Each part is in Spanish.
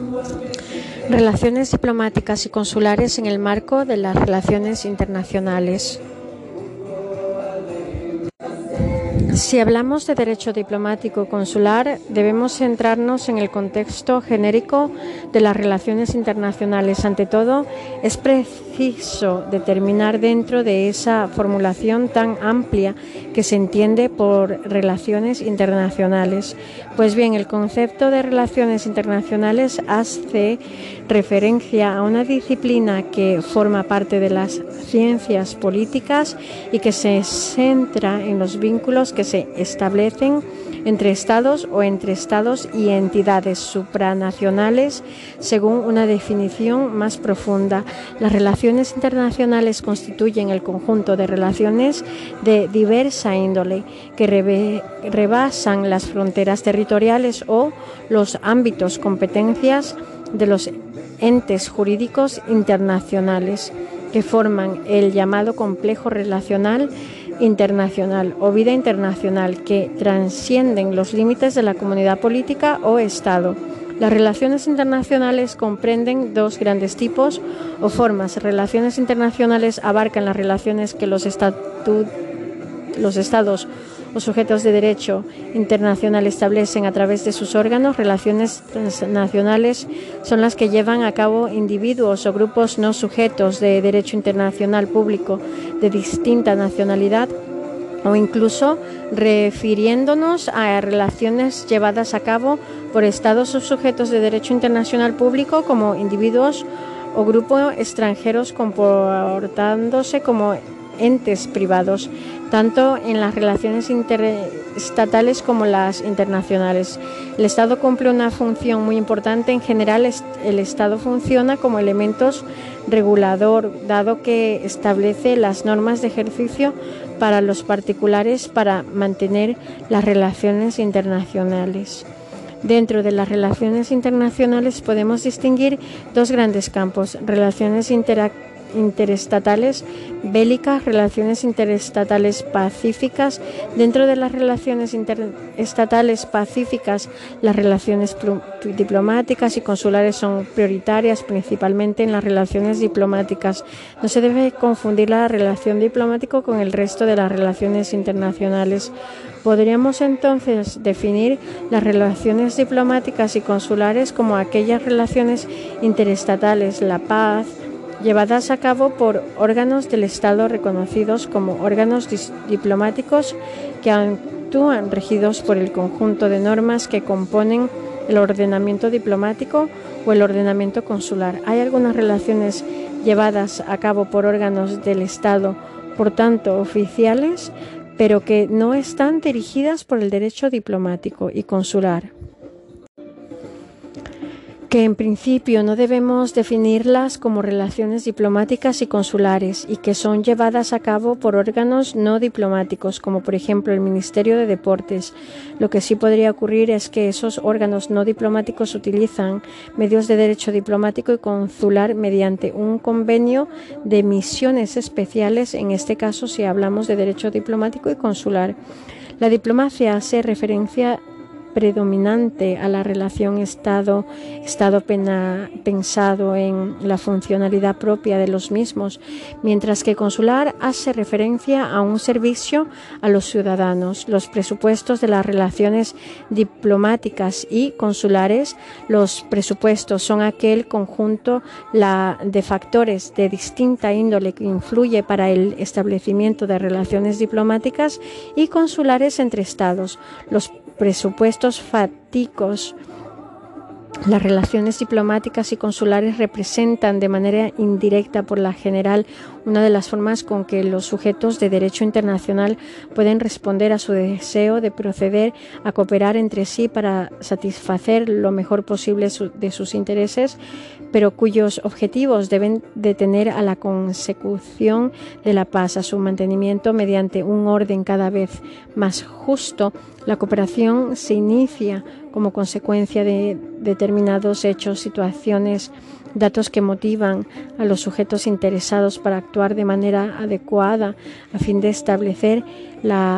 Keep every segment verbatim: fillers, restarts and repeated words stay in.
Relaciones diplomáticas y consulares en el marco de las relaciones internacionales. Si hablamos de derecho diplomático y consular, debemos centrarnos en el contexto genérico de las relaciones internacionales. Ante todo, es preciso determinar dentro de esa formulación tan amplia que se entiende por relaciones internacionales. Pues bien, el concepto de relaciones internacionales hace referencia a una disciplina que forma parte de las ciencias políticas y que se centra en los vínculos que se establecen entre estados o entre estados y entidades supranacionales según una definición más profunda. Las relaciones internacionales constituyen el conjunto de relaciones de diversa índole que rebe, rebasan las fronteras territoriales o los ámbitos competencias de los entes jurídicos internacionales que forman el llamado complejo relacional internacional o vida internacional, que trascienden los límites de la comunidad política o Estado. Las relaciones internacionales comprenden dos grandes tipos o formas. Relaciones internacionales abarcan las relaciones que los, estatu los Estados o sujetos de derecho internacional establecen a través de sus órganos. Relaciones transnacionales son las que llevan a cabo individuos o grupos no sujetos de derecho internacional público de distinta nacionalidad, o incluso refiriéndonos a relaciones llevadas a cabo por estados o sujetos de derecho internacional público como individuos o grupos extranjeros comportándose como entes privados, tanto en las relaciones interestatales como las internacionales. El Estado cumple una función muy importante. En general, el Estado funciona como elemento regulador, dado que establece las normas de ejercicio para los particulares para mantener las relaciones internacionales. Dentro de las relaciones internacionales podemos distinguir dos grandes campos: relaciones interactivas interestatales bélicas, relaciones interestatales pacíficas. Dentro de las relaciones interestatales pacíficas, las relaciones diplomáticas y consulares son prioritarias, principalmente en las relaciones diplomáticas. No se debe confundir la relación diplomática con el resto de las relaciones internacionales. Podríamos entonces definir las relaciones diplomáticas y consulares como aquellas relaciones interestatales, la paz, llevadas a cabo por órganos del Estado reconocidos como órganos diplomáticos que actúan regidos por el conjunto de normas que componen el ordenamiento diplomático o el ordenamiento consular. Hay algunas relaciones llevadas a cabo por órganos del Estado, por tanto oficiales, pero que no están dirigidas por el derecho diplomático y consular, que en principio no debemos definirlas como relaciones diplomáticas y consulares, y que son llevadas a cabo por órganos no diplomáticos, como por ejemplo el Ministerio de Deportes. Lo que sí podría ocurrir es que esos órganos no diplomáticos utilizan medios de derecho diplomático y consular mediante un convenio de misiones especiales, en este caso si hablamos de derecho diplomático y consular. La diplomacia hace referencia predominante a la relación Estado, Estado pena, pensado en la funcionalidad propia de los mismos, mientras que consular hace referencia a un servicio a los ciudadanos. Los presupuestos de las relaciones diplomáticas y consulares, los presupuestos son aquel conjunto la, de factores de distinta índole que influye para el establecimiento de relaciones diplomáticas y consulares entre Estados. Los presupuestos fácticos. Las relaciones diplomáticas y consulares representan de manera indirecta, por la general, una de las formas con que los sujetos de derecho internacional pueden responder a su deseo de proceder a cooperar entre sí para satisfacer lo mejor posible de sus intereses, pero cuyos objetivos deben de tener a la consecución de la paz, a su mantenimiento mediante un orden cada vez más justo. La cooperación se inicia como consecuencia de determinados hechos, situaciones, datos que motivan a los sujetos interesados para actuar de manera adecuada a fin de establecer la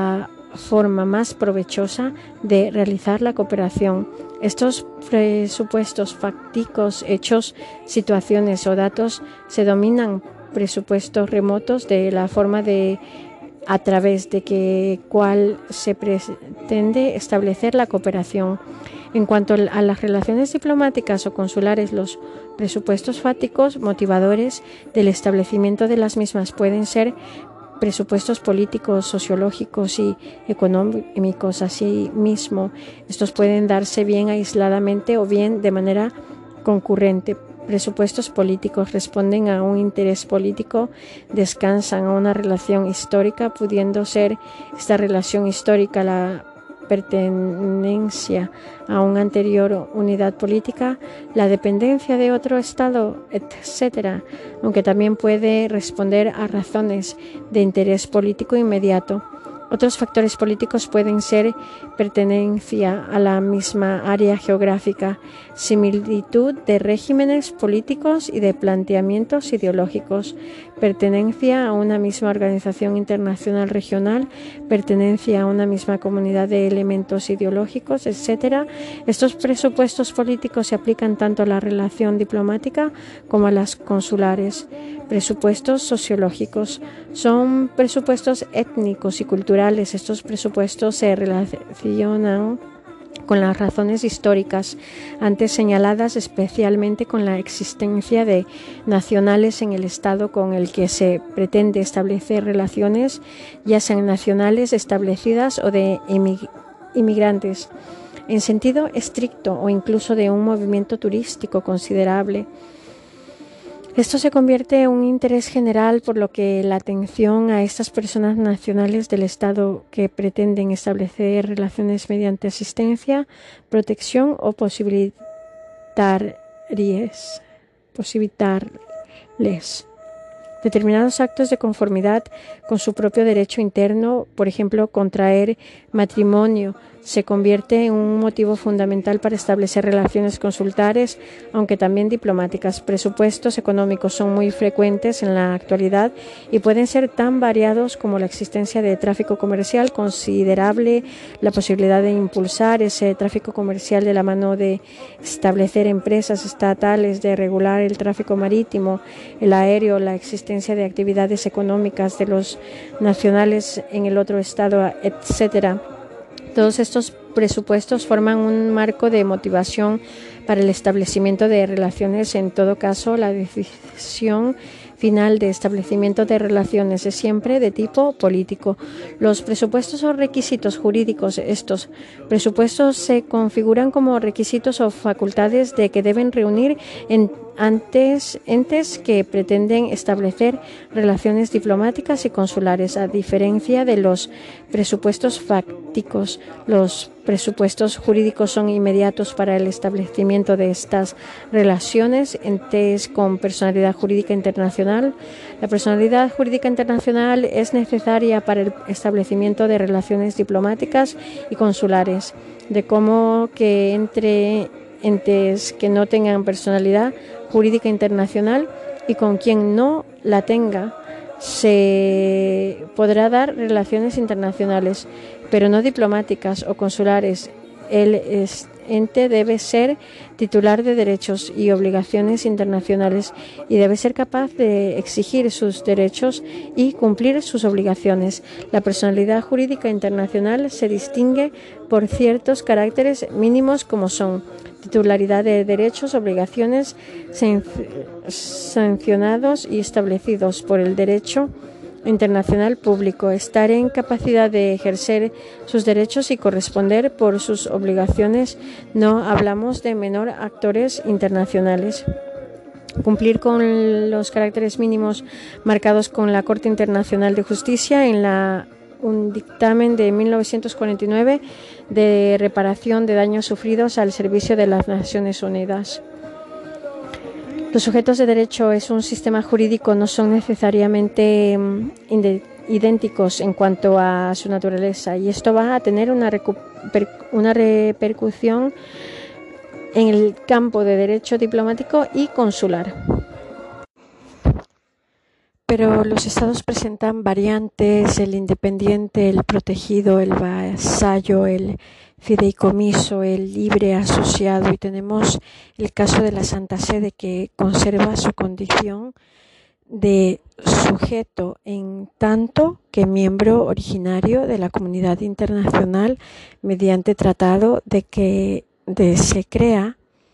forma más provechosa de realizar la cooperación. Estos presupuestos fácticos, hechos, situaciones o datos se denominan presupuestos remotos de la forma de a través de que cual se pretende establecer la cooperación. En cuanto a las relaciones diplomáticas o consulares, los presupuestos fácticos motivadores del establecimiento de las mismas pueden ser presupuestos políticos, sociológicos y económicos. Asimismo, estos pueden darse bien aisladamente o bien de manera concurrente. Presupuestos políticos responden a un interés político, descansan a una relación histórica, pudiendo ser esta relación histórica la pertenencia a una anterior unidad política, la dependencia de otro Estado, etcétera, aunque también puede responder a razones de interés político inmediato. Otros factores políticos pueden ser pertenencia a la misma área geográfica, similitud de regímenes políticos y de planteamientos ideológicos, pertenencia a una misma organización internacional regional, pertenencia a una misma comunidad de elementos ideológicos, etcétera. Estos presupuestos políticos se aplican tanto a la relación diplomática como a las consulares. Presupuestos sociológicos son presupuestos étnicos y culturales. Estos presupuestos se relacionan con las razones históricas antes señaladas, especialmente con la existencia de nacionales en el Estado con el que se pretende establecer relaciones, ya sean nacionales establecidas o de inmigrantes, en sentido estricto o incluso de un movimiento turístico considerable. Esto se convierte en un interés general, por lo que la atención a estas personas nacionales del Estado que pretenden establecer relaciones mediante asistencia, protección o posibilitarles, posibilitarles determinados actos de conformidad con su propio derecho interno, por ejemplo, contraer matrimonio, se convierte en un motivo fundamental para establecer relaciones consulares, aunque también diplomáticas. Presupuestos económicos son muy frecuentes en la actualidad y pueden ser tan variados como la existencia de tráfico comercial considerable, la posibilidad de impulsar ese tráfico comercial de la mano de establecer empresas estatales, de regular el tráfico marítimo, el aéreo, la existencia de actividades económicas de los nacionales en el otro estado, etcétera. Todos estos presupuestos forman un marco de motivación para el establecimiento de relaciones. En todo caso, la decisión final de establecimiento de relaciones es siempre de tipo político. Los presupuestos o requisitos jurídicos. Estos presupuestos se configuran como requisitos o facultades de que deben reunir en Antes, entes que pretenden establecer relaciones diplomáticas y consulares. A diferencia de los presupuestos fácticos, los presupuestos jurídicos son inmediatos para el establecimiento de estas relaciones. Entes con personalidad jurídica internacional. La personalidad jurídica internacional es necesaria para el establecimiento de relaciones diplomáticas y consulares, de cómo que entre entes que no tengan personalidad jurídica internacional y con quien no la tenga se podrá dar relaciones internacionales, pero no diplomáticas o consulares. El ente debe ser titular de derechos y obligaciones internacionales y debe ser capaz de exigir sus derechos y cumplir sus obligaciones. La personalidad jurídica internacional se distingue por ciertos caracteres mínimos como son titularidad de derechos, obligaciones sancionados y establecidos por el derecho internacional público, estar en capacidad de ejercer sus derechos y corresponder por sus obligaciones. No hablamos de menor actores internacionales. Cumplir con los caracteres mínimos marcados con la Corte Internacional de Justicia en la un dictamen de mil novecientos cuarenta y nueve de reparación de daños sufridos al servicio de las Naciones Unidas. Los sujetos de derecho es un sistema jurídico, no son necesariamente idénticos en cuanto a su naturaleza, y esto va a tener una, una repercusión en el campo de derecho diplomático y consular. Pero los estados presentan variantes: el independiente, el protegido, el vasallo, el fideicomiso, el libre asociado, y tenemos el caso de la Santa Sede, que conserva su condición de sujeto en tanto que miembro originario de la comunidad internacional mediante tratado de que de, se crea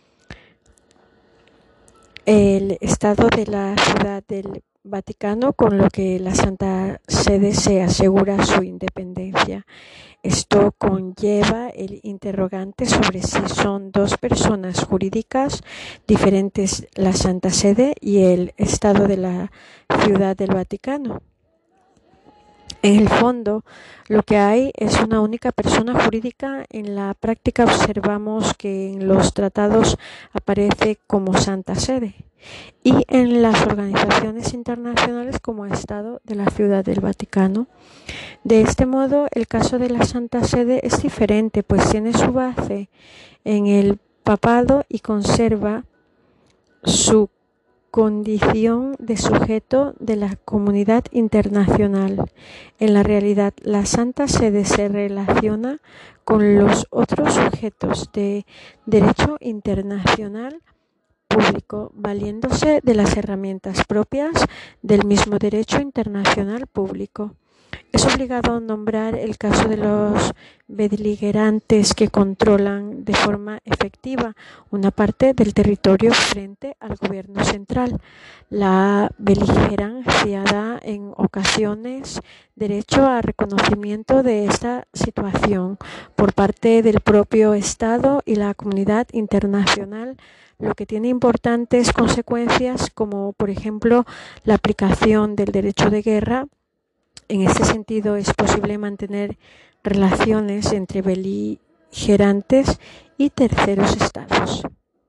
el Estado de la Ciudad del Vaticano, con lo que la Santa Sede se asegura su independencia. Esto conlleva el interrogante sobre si son dos personas jurídicas diferentes la Santa Sede y el Estado de la Ciudad del Vaticano. En el fondo, lo que hay es una única persona jurídica. En la práctica observamos que en los tratados aparece como Santa Sede y en las organizaciones internacionales como Estado de la Ciudad del Vaticano. De este modo, el caso de la Santa Sede es diferente, pues tiene su base en el papado y conserva su condición de sujeto de la comunidad internacional. En la realidad, la Santa Sede se relaciona con los otros sujetos de derecho internacional público, valiéndose de las herramientas propias del mismo derecho internacional público. Es obligado nombrar el caso de los beligerantes que controlan de forma efectiva una parte del territorio frente al gobierno central. La beligerancia da en ocasiones derecho a reconocimiento de esta situación por parte del propio Estado y la comunidad internacional, lo que tiene importantes consecuencias, como por ejemplo la aplicación del derecho de guerra. En este sentido, es posible mantener relaciones entre beligerantes y terceros estados.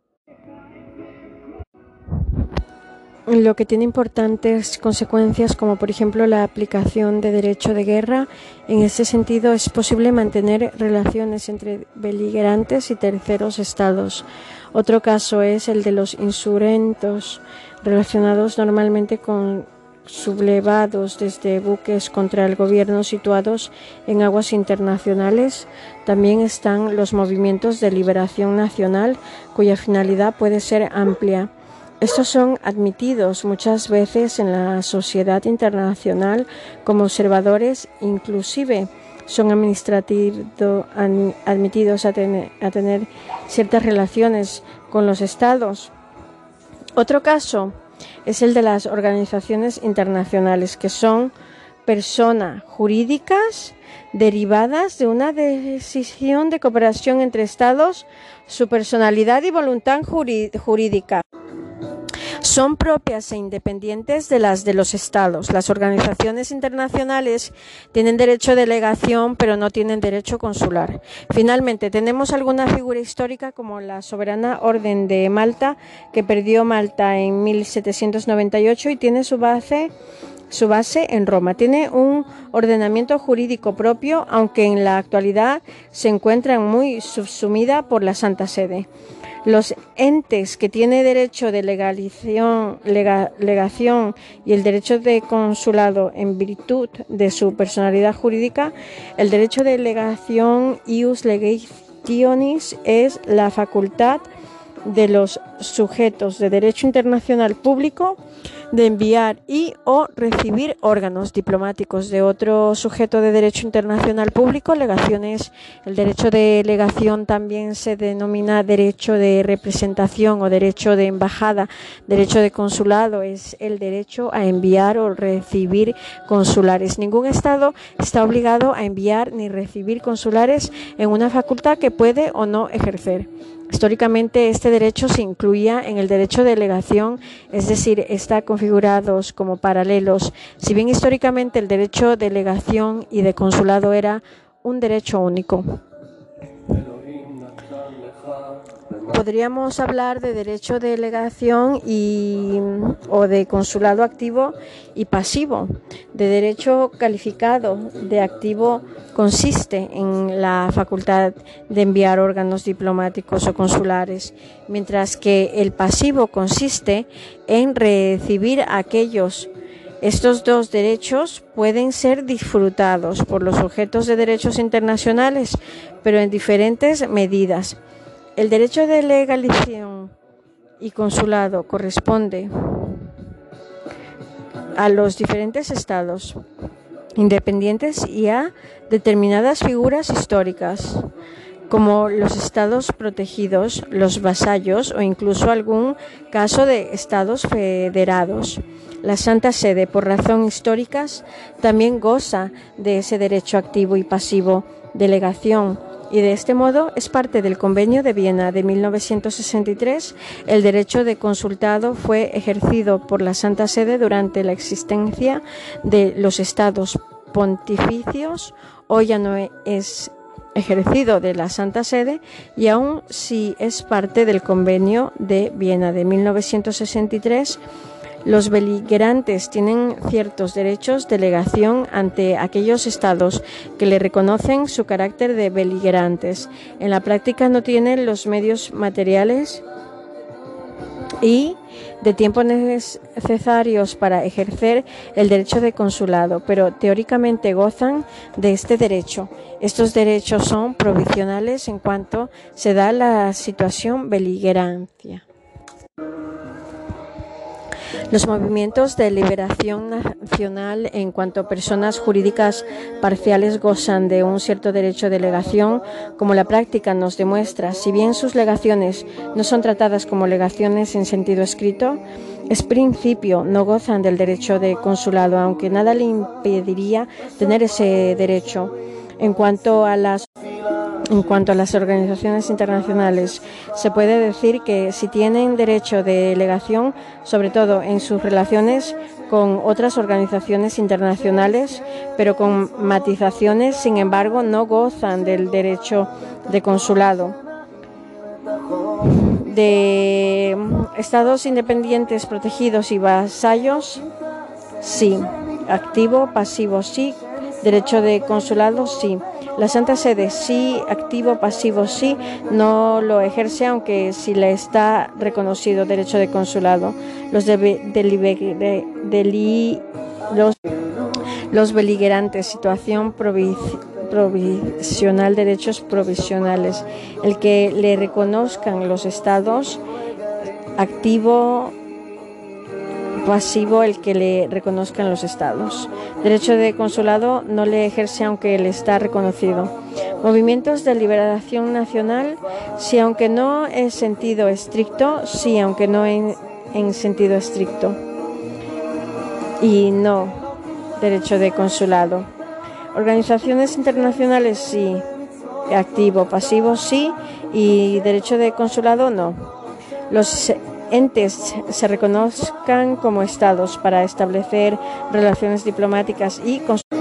Lo que tiene importantes consecuencias, como por ejemplo la aplicación de derecho de guerra. En este sentido, es posible mantener relaciones entre beligerantes y terceros estados. Otro caso es el de los insurgentos, relacionados normalmente con sublevados desde buques contra el gobierno situados en aguas internacionales. También están los movimientos de liberación nacional, cuya finalidad puede ser amplia. Estos son admitidos muchas veces en la sociedad internacional como observadores, inclusive son admitidos a tener, a tener ciertas relaciones con los estados. Otro caso es el de las organizaciones internacionales, que son personas jurídicas derivadas de una decisión de cooperación entre estados. Su personalidad y voluntad jurídica son propias e independientes de las de los estados. Las organizaciones internacionales tienen derecho de delegación, pero no tienen derecho consular. Finalmente, tenemos alguna figura histórica como la Soberana Orden de Malta, que perdió Malta en mil setecientos noventa y ocho y tiene su base Su base en Roma. Tiene un ordenamiento jurídico propio, aunque en la actualidad se encuentra muy subsumida por la Santa Sede. Los entes que tienen derecho de legalización, lega, legación y el derecho de consulado en virtud de su personalidad jurídica, el derecho de legación ius legationis es la facultad de los sujetos de derecho internacional público de enviar y o recibir órganos diplomáticos de otro sujeto de derecho internacional público. Legaciones, el derecho de legación también se denomina derecho de representación o derecho de embajada. Derecho de consulado es el derecho a enviar o recibir consulares. Ningún Estado está obligado a enviar ni recibir consulares en una facultad que puede o no ejercer. Históricamente, este derecho se incluía en el derecho de legación, es decir, está configurados como paralelos. Si bien históricamente el derecho de legación y de consulado era un derecho único. Podríamos hablar de derecho de legación y, o de consulado activo y pasivo. De derecho calificado de activo consiste en la facultad de enviar órganos diplomáticos o consulares, mientras que el pasivo consiste en recibir aquellos Estos dos derechos pueden ser disfrutados por los sujetos de derechos internacionales, pero en diferentes medidas. El derecho de legalización y consulado corresponde a los diferentes estados independientes y a determinadas figuras históricas, como los estados protegidos, los vasallos o incluso algún caso de estados federados. La Santa Sede, por razones históricas, también goza de ese derecho activo y pasivo de legación, y de este modo es parte del Convenio de Viena de mil novecientos sesenta y tres. El derecho de consulado fue ejercido por la Santa Sede durante la existencia de los estados pontificios. Hoy ya no es ejercido de la Santa Sede, y aún si es parte del Convenio de Viena de mil novecientos sesenta y tres, los beligerantes tienen ciertos derechos de legación ante aquellos estados que le reconocen su carácter de beligerantes. En la práctica no tienen los medios materiales y de tiempo necesarios para ejercer el derecho de consulado, pero teóricamente gozan de este derecho. Estos derechos son provisionales en cuanto se da la situación beligerancia. Los movimientos de liberación nacional en cuanto a personas jurídicas parciales gozan de un cierto derecho de legación, como la práctica nos demuestra. Si bien sus legaciones no son tratadas como legaciones en sentido estricto, en principio no gozan del derecho de consulado, aunque nada le impediría tener ese derecho. En cuanto a las En cuanto a las organizaciones internacionales, se puede decir que si tienen derecho de legación, sobre todo en sus relaciones con otras organizaciones internacionales, pero con matizaciones, sin embargo, no gozan del derecho de consulado. De estados independientes protegidos y vasallos, sí. Activo, pasivo, sí. Derecho de consulado, sí. La Santa Sede, sí. Activo, pasivo, sí. No lo ejerce, aunque sí le está reconocido derecho de consulado. Los, de, de, de, de, los, los beligerantes, situación provisional. provisional, derechos provisionales, el que le reconozcan los estados. Activo, pasivo, el que le reconozcan los estados. Derecho de consulado no le ejerce aunque le está reconocido. Movimientos de liberación nacional, sí, aunque no en sentido estricto, sí, aunque no en, en sentido estricto. Y no derecho de consulado. Organizaciones internacionales, sí. Activo, pasivo, sí. Y derecho de consulado, no. Los entes se reconozcan como estados para establecer relaciones diplomáticas y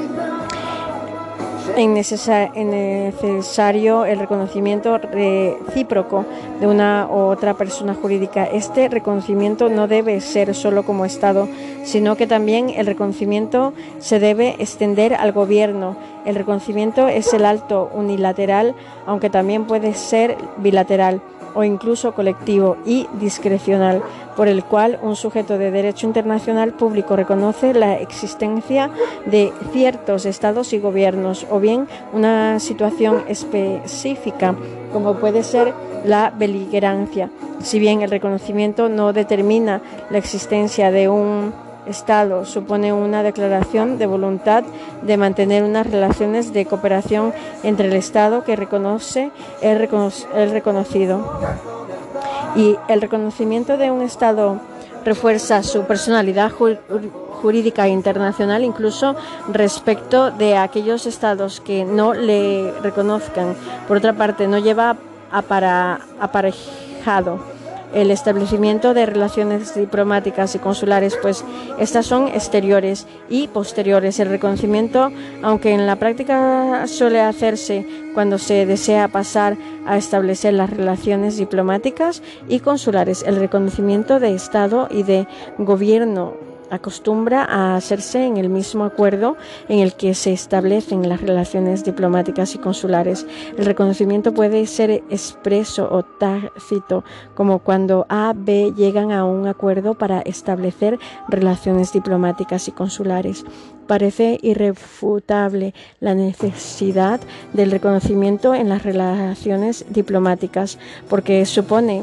es necesario el reconocimiento recíproco de una u otra persona jurídica. Este reconocimiento no debe ser solo como Estado, sino que también el reconocimiento se debe extender al gobierno. El reconocimiento es el alto unilateral, aunque también puede ser bilateral o incluso colectivo y discrecional, por el cual un sujeto de derecho internacional público reconoce la existencia de ciertos estados y gobiernos, o bien una situación específica, como puede ser la beligerancia. Si bien el reconocimiento no determina la existencia de un Estado, supone una declaración de voluntad de mantener unas relaciones de cooperación entre el Estado que reconoce el, recono- el reconocido. Y el reconocimiento de un Estado refuerza su personalidad ju- jurídica internacional, incluso respecto de aquellos Estados que no le reconozcan. Por otra parte, no lleva apara- aparejado el establecimiento de relaciones diplomáticas y consulares, pues estas son exteriores y posteriores. El reconocimiento, aunque en la práctica suele hacerse cuando se desea pasar a establecer las relaciones diplomáticas y consulares, el reconocimiento de Estado y de gobierno acostumbra a hacerse en el mismo acuerdo en el que se establecen las relaciones diplomáticas y consulares. El reconocimiento puede ser expreso o tácito, como cuando A y B llegan a un acuerdo para establecer relaciones diplomáticas y consulares. Parece irrefutable la necesidad del reconocimiento en las relaciones diplomáticas, porque supone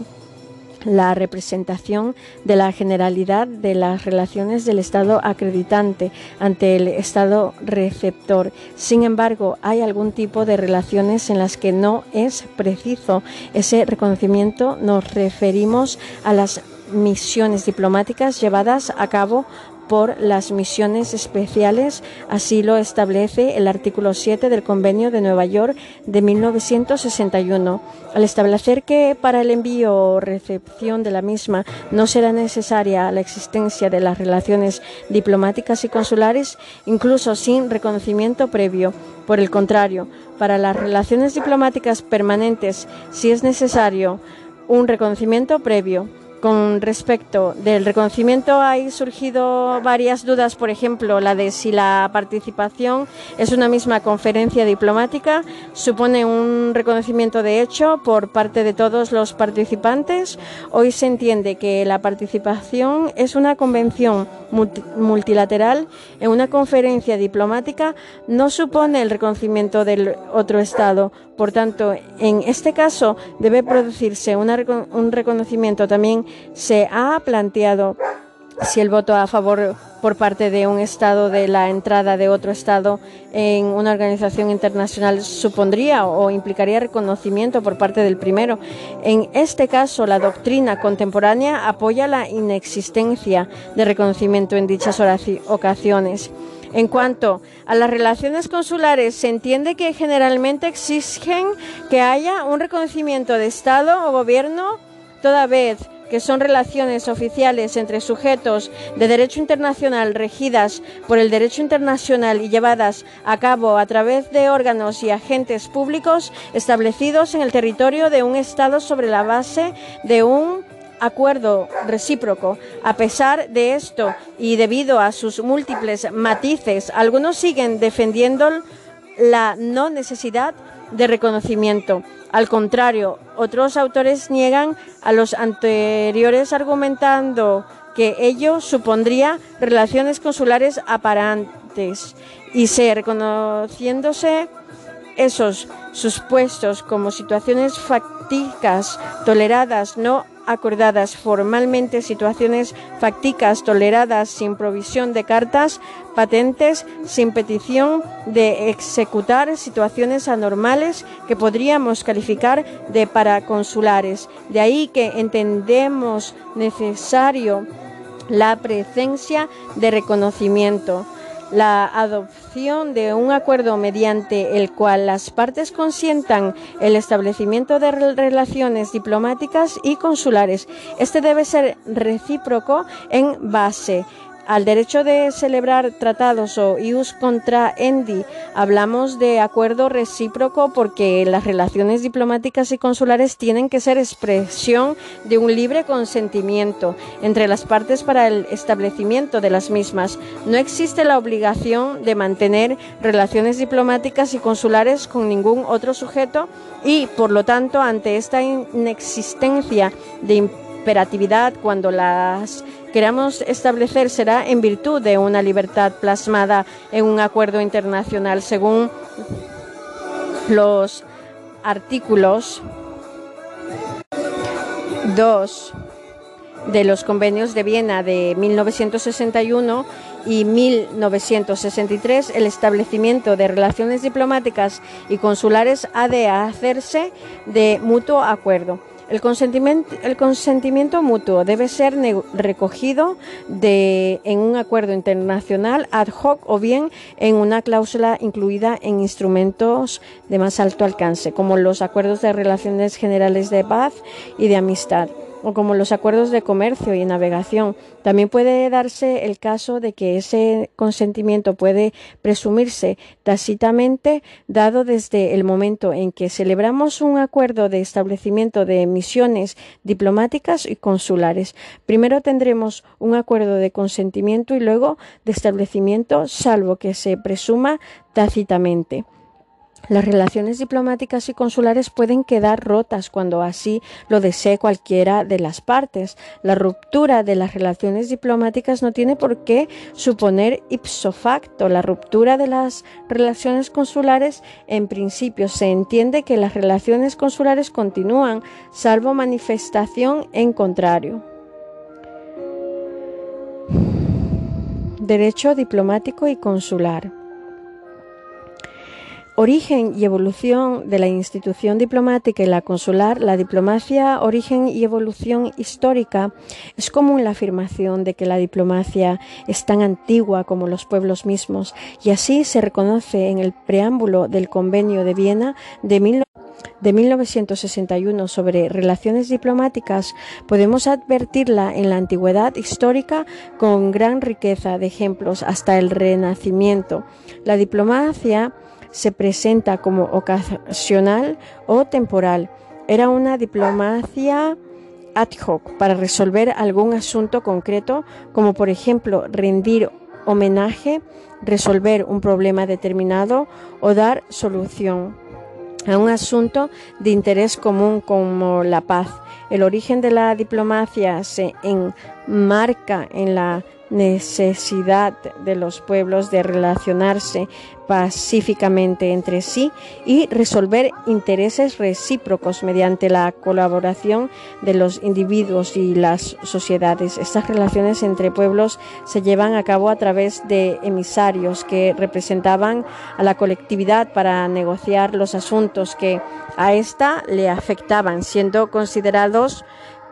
la representación de la generalidad de las relaciones del Estado acreditante ante el Estado receptor. Sin embargo, hay algún tipo de relaciones en las que no es preciso ese reconocimiento. Nos referimos a las misiones diplomáticas llevadas a cabo por las misiones especiales. Así lo establece el artículo siete del Convenio de Nueva York de mil novecientos sesenta y uno. Al establecer que para el envío o recepción de la misma no será necesaria la existencia de las relaciones diplomáticas y consulares, incluso sin reconocimiento previo. Por el contrario, para las relaciones diplomáticas permanentes sí es necesario un reconocimiento previo. Con respecto del reconocimiento hay surgido varias dudas, por ejemplo, la de si la participación es una misma conferencia diplomática, supone un reconocimiento de hecho por parte de todos los participantes. Hoy se entiende que la participación es una convención multilateral en una conferencia diplomática, no supone el reconocimiento del otro Estado. Por tanto, en este caso debe producirse una, un reconocimiento. También se ha planteado si el voto a favor por parte de un Estado de la entrada de otro Estado en una organización internacional supondría o implicaría reconocimiento por parte del primero. En este caso, la doctrina contemporánea apoya la inexistencia de reconocimiento en dichas ocasiones. En cuanto a las relaciones consulares, se entiende que generalmente exigen que haya un reconocimiento de Estado o gobierno, toda vez que son relaciones oficiales entre sujetos de derecho internacional regidas por el derecho internacional y llevadas a cabo a través de órganos y agentes públicos establecidos en el territorio de un Estado sobre la base de un acuerdo recíproco. A pesar de esto y debido a sus múltiples matices, algunos siguen defendiendo la no necesidad de reconocimiento. Al contrario, otros autores niegan a los anteriores argumentando que ello supondría relaciones consulares aparentes y se reconociéndose esos supuestos como situaciones fácticas toleradas, no acordadas formalmente, situaciones fácticas toleradas sin provisión de cartas patentes, sin petición de ejecutar, situaciones anormales que podríamos calificar de paraconsulares. De ahí que entendemos necesario la presencia de reconocimiento, la adopción de un acuerdo mediante el cual las partes consientan el establecimiento de relaciones diplomáticas y consulares. Este debe ser recíproco en base al derecho de celebrar tratados o ius contrahendi. Hablamos de acuerdo recíproco porque las relaciones diplomáticas y consulares tienen que ser expresión de un libre consentimiento entre las partes para el establecimiento de las mismas. No existe la obligación de mantener relaciones diplomáticas y consulares con ningún otro sujeto y, por lo tanto, ante esta inexistencia de imperatividad, cuando las queramos establecer, será en virtud de una libertad plasmada en un acuerdo internacional, según los artículos dos de los convenios de Viena de mil novecientos sesenta y uno y mil novecientos sesenta y tres. El establecimiento de relaciones diplomáticas y consulares ha de hacerse de mutuo acuerdo. El consentimiento, el consentimiento mutuo debe ser recogido de, en un acuerdo internacional ad hoc o bien en una cláusula incluida en instrumentos de más alto alcance, como los acuerdos de relaciones generales de paz y de amistad. o como los acuerdos de comercio y navegación. También puede darse el caso de que ese consentimiento puede presumirse tácitamente dado desde el momento en que celebramos un acuerdo de establecimiento de misiones diplomáticas y consulares. Primero tendremos un acuerdo de consentimiento y luego de establecimiento, salvo que se presuma tácitamente. Las relaciones diplomáticas y consulares pueden quedar rotas cuando así lo desee cualquiera de las partes. La ruptura de las relaciones diplomáticas no tiene por qué suponer ipso facto la ruptura de las relaciones consulares. En principio se entiende que las relaciones consulares continúan, salvo manifestación en contrario. Derecho diplomático y consular. Origen y evolución de la institución diplomática y la consular. La diplomacia, origen y evolución histórica. Es común la afirmación de que la diplomacia es tan antigua como los pueblos mismos, y así se reconoce en el preámbulo del Convenio de Viena de mil de mil novecientos sesenta y uno sobre relaciones diplomáticas. Podemos advertirla en la antigüedad histórica con gran riqueza de ejemplos hasta el Renacimiento. La diplomacia se presenta como ocasional o temporal. Era una diplomacia ad hoc para resolver algún asunto concreto, como por ejemplo rendir homenaje, resolver un problema determinado o dar solución a un asunto de interés común como la paz. El origen de la diplomacia se enmarca en la necesidad de los pueblos de relacionarse pacíficamente entre sí y resolver intereses recíprocos mediante la colaboración de los individuos y las sociedades. Estas relaciones entre pueblos se llevan a cabo a través de emisarios que representaban a la colectividad para negociar los asuntos que a ésta le afectaban, siendo considerados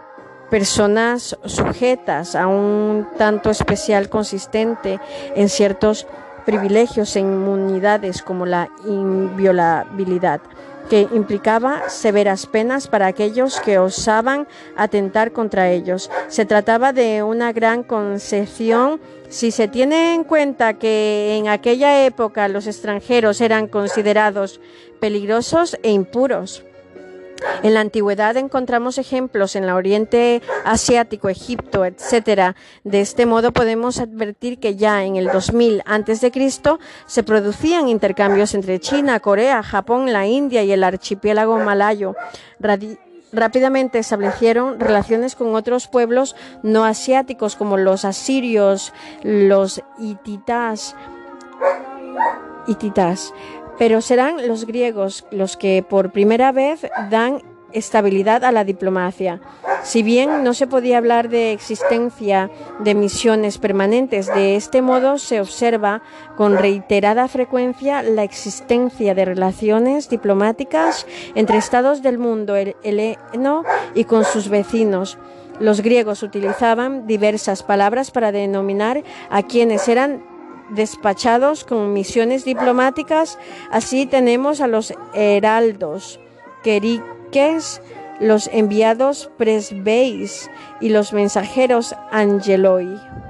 personas sujetas a un tanto especial consistente en ciertos privilegios e inmunidades como la inviolabilidad, que implicaba severas penas para aquellos que osaban atentar contra ellos. Se trataba de una gran concesión si se tiene en cuenta que en aquella época los extranjeros eran considerados peligrosos e impuros. En la antigüedad encontramos ejemplos en el Oriente Asiático, Egipto, etcétera. De este modo podemos advertir que ya en el dos mil antes de Cristo se producían intercambios entre China, Corea, Japón, la India y el archipiélago malayo. Radi- Rápidamente establecieron relaciones con otros pueblos no asiáticos como los asirios, los hititas, hititas. Pero serán los griegos los que por primera vez dan estabilidad a la diplomacia. Si bien no se podía hablar de existencia de misiones permanentes, de este modo se observa con reiterada frecuencia la existencia de relaciones diplomáticas entre estados del mundo heleno y con sus vecinos. Los griegos utilizaban diversas palabras para denominar a quienes eran despachados con misiones diplomáticas. Así tenemos a los heraldos, queriques, los enviados presbeis y los mensajeros angeloi.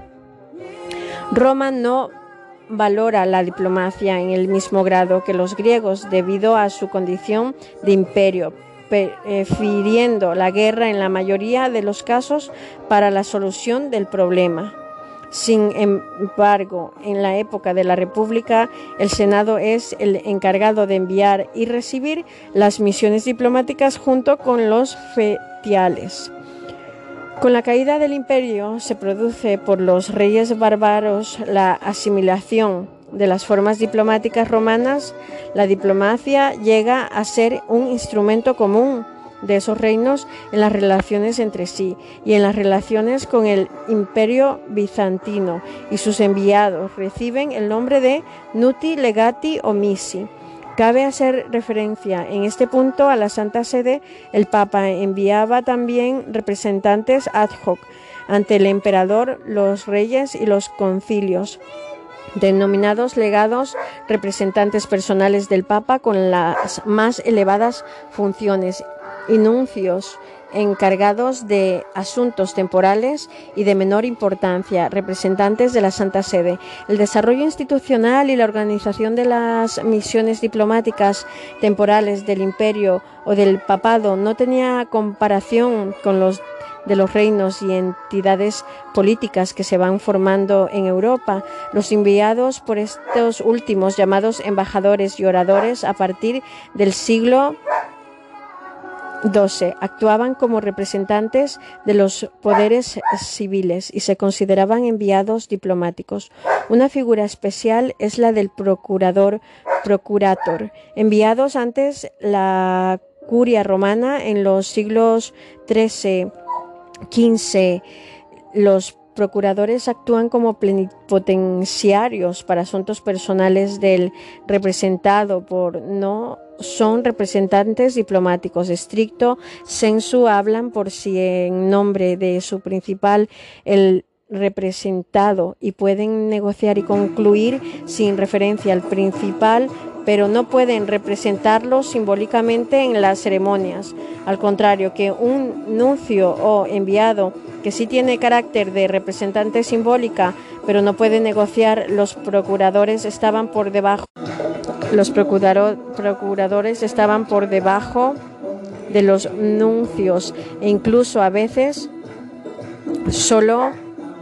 Roma no valora la diplomacia en el mismo grado que los griegos debido a su condición de imperio, prefiriendo la guerra en la mayoría de los casos para la solución del problema. Sin embargo, en la época de la República, el Senado es el encargado de enviar y recibir las misiones diplomáticas junto con los fetiales. Con la caída del imperio se produce por los reyes bárbaros la asimilación de las formas diplomáticas romanas. La diplomacia llega a ser un instrumento común de esos reinos en las relaciones entre sí y en las relaciones con el Imperio Bizantino, y sus enviados reciben el nombre de nuti legati o missi. Cabe hacer referencia en este punto a la Santa Sede. El Papa enviaba también representantes ad hoc ante el emperador, los reyes y los concilios, denominados legados, representantes personales del Papa con las más elevadas funciones, y nuncios encargados de asuntos temporales y de menor importancia, representantes de la Santa Sede. El desarrollo institucional y la organización de las misiones diplomáticas temporales del Imperio o del Papado no tenía comparación con los de los reinos y entidades políticas que se van formando en Europa. Los enviados por estos últimos, llamados embajadores y oradores, a partir del siglo doce, actuaban como representantes de los poderes civiles y se consideraban enviados diplomáticos. Una figura especial es la del procurador, procurator, enviados antes la curia romana en los siglos trece, quince. Los procuradores actúan como plenipotenciarios para asuntos personales del representado, por no son representantes diplomáticos. Estricto sensu hablan por sí en nombre de su principal, el representado, y pueden negociar y concluir sin referencia al principal, pero no pueden representarlo simbólicamente en las ceremonias. Al contrario que un nuncio o enviado, que sí tiene carácter de representante simbólica, pero no puede negociar, los procuradores estaban por debajo. Los procuradores estaban por debajo de los nuncios e incluso a veces solo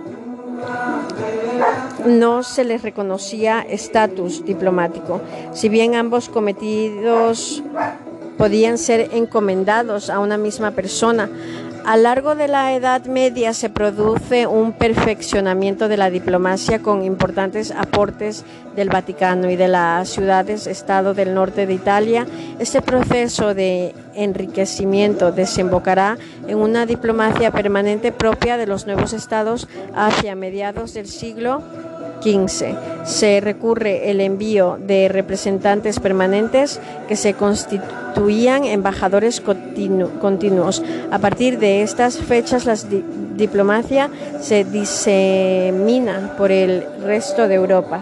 no se les reconocía estatus diplomático, si bien ambos cometidos podían ser encomendados a una misma persona. A lo largo de la Edad Media se produce un perfeccionamiento de la diplomacia con importantes aportes del Vaticano y de las ciudades-estado del norte de Italia. Este proceso de enriquecimiento desembocará en una diplomacia permanente propia de los nuevos estados hacia mediados del siglo quince. Se recurre el envío de representantes permanentes que se constituían embajadores continu continuos. A partir de estas fechas, la di diplomacia se disemina por el resto de Europa.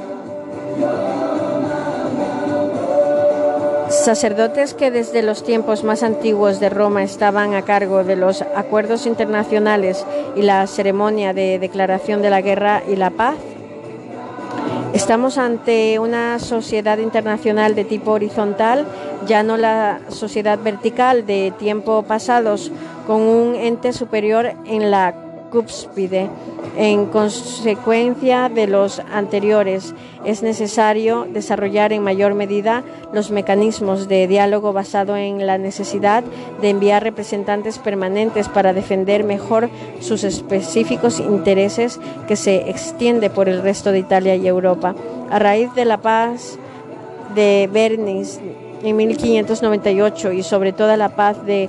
Sacerdotes que desde los tiempos más antiguos de Roma estaban a cargo de los acuerdos internacionales y la ceremonia de declaración de la guerra y la paz. Estamos ante una sociedad internacional de tipo horizontal, ya no la sociedad vertical de tiempos pasados, con un ente superior en la cúspide. En consecuencia de los anteriores, es necesario desarrollar en mayor medida los mecanismos de diálogo basado en la necesidad de enviar representantes permanentes para defender mejor sus específicos intereses, que se extiende por el resto de Italia y Europa. A raíz de la paz de Bernis en mil quinientos noventa y ocho y sobre todo la paz de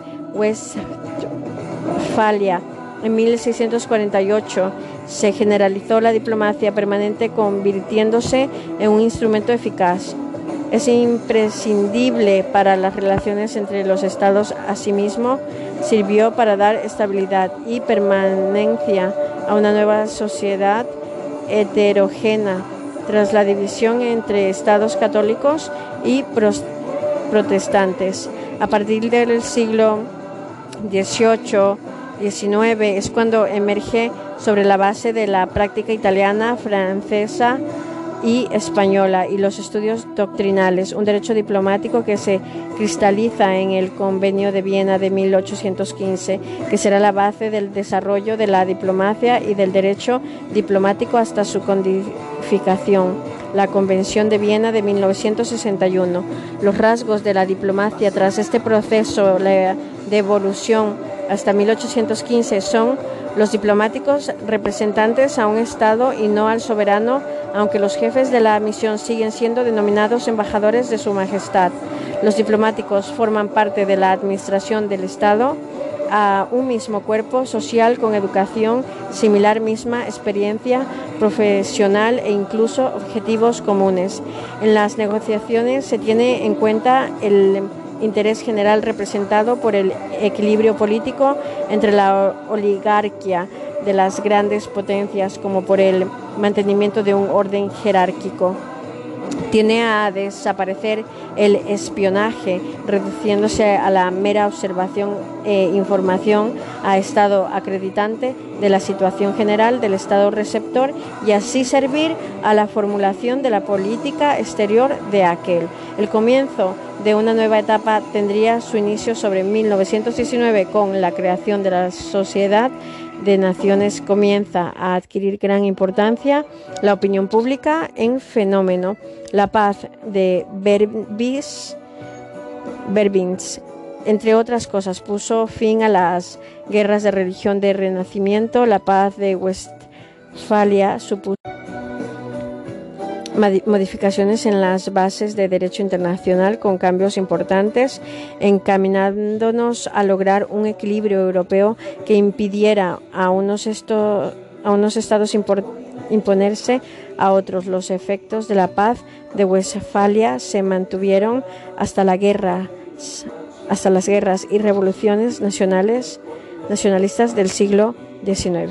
Westfalia en mil seiscientos cuarenta y ocho, se generalizó la diplomacia permanente, convirtiéndose en un instrumento eficaz. Es imprescindible para las relaciones entre los estados. Asimismo, sirvió para dar estabilidad y permanencia a una nueva sociedad heterogénea tras la división entre estados católicos y protestantes. A partir del siglo dieciocho diecinueve es cuando emerge sobre la base de la práctica italiana, francesa y española y los estudios doctrinales, un derecho diplomático que se cristaliza en el Convenio de Viena de mil ochocientos quince, que será la base del desarrollo de la diplomacia y del derecho diplomático hasta su codificación. La Convención de Viena de mil novecientos sesenta y uno. Los rasgos de la diplomacia tras este proceso de evolución hasta mil ochocientos quince son los diplomáticos representantes a un Estado y no al soberano, aunque los jefes de la misión siguen siendo denominados embajadores de Su Majestad. Los diplomáticos forman parte de la administración del Estado a un mismo cuerpo social con educación similar, misma experiencia profesional e incluso objetivos comunes. En las negociaciones se tiene en cuenta el interés general representado por el equilibrio político entre la oligarquía de las grandes potencias como por el mantenimiento de un orden jerárquico. Tiene a desaparecer el espionaje, reduciéndose a la mera observación e información a estado acreditante de la situación general del estado receptor y así servir a la formulación de la política exterior de aquel. El comienzo de una nueva etapa tendría su inicio sobre mil novecientos diecinueve con la creación de la Sociedad de Naciones. Comienza a adquirir gran importancia la opinión pública en fenómeno. La paz de Verbies, Verbins, entre otras cosas, puso fin a las guerras de religión de Renacimiento. La paz de Westfalia supuso modificaciones en las bases de derecho internacional con cambios importantes, encaminándonos a lograr un equilibrio europeo que impidiera a unos, esto, a unos estados imponerse a otros. Los efectos de la paz de Westfalia se mantuvieron hasta la guerra, hasta las guerras y revoluciones nacionales, nacionalistas del siglo diecinueve.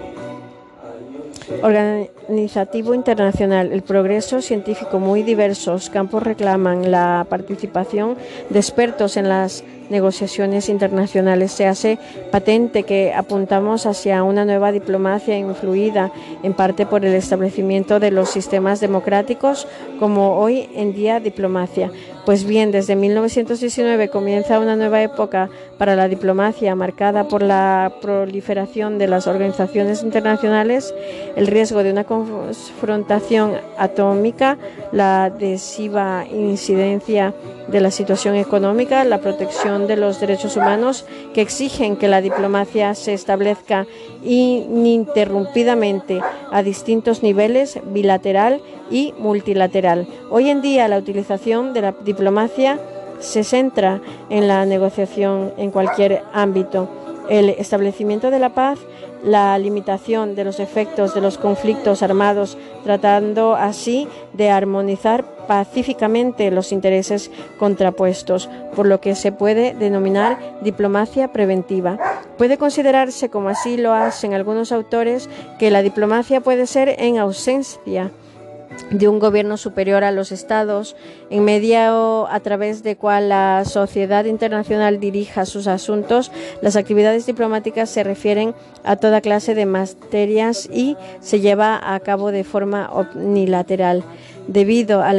Organizativo internacional. El progreso científico, muy diversos campos reclaman la participación de expertos en las negociaciones internacionales. Se hace patente que apuntamos hacia una nueva diplomacia influida en parte por el establecimiento de los sistemas democráticos como hoy en día diplomacia. Pues bien, desde mil novecientos diecinueve comienza una nueva época para la diplomacia marcada por la proliferación de las organizaciones internacionales, el riesgo de una confrontación atómica, la adhesiva incidencia de la situación económica, la protección de los derechos humanos que exigen que la diplomacia se establezca ininterrumpidamente a distintos niveles, bilateral y multilateral. Hoy en día la utilización de la diplomacia se centra en la negociación en cualquier ámbito. El establecimiento de la paz, la limitación de los efectos de los conflictos armados, tratando así de armonizar pacíficamente los intereses contrapuestos, por lo que se puede denominar diplomacia preventiva. Puede considerarse, como así lo hacen algunos autores, que la diplomacia puede ser en ausencia de un gobierno superior a los estados, en medio a través de cual la sociedad internacional dirija sus asuntos. Las actividades diplomáticas se refieren a toda clase de materias y se lleva a cabo de forma unilateral, debido a la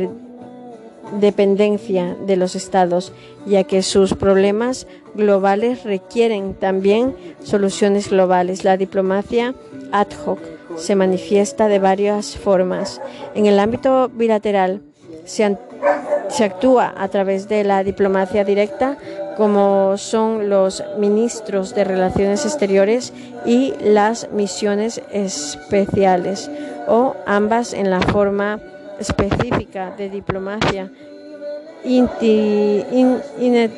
interdependencia de los estados, ya que sus problemas globales requieren también soluciones globales. La diplomacia ad hoc se manifiesta de varias formas. En el ámbito bilateral se, se actúa a través de la diplomacia directa, como son los ministros de Relaciones Exteriores y las misiones especiales, o ambas en la forma específica de diplomacia inti, in, in,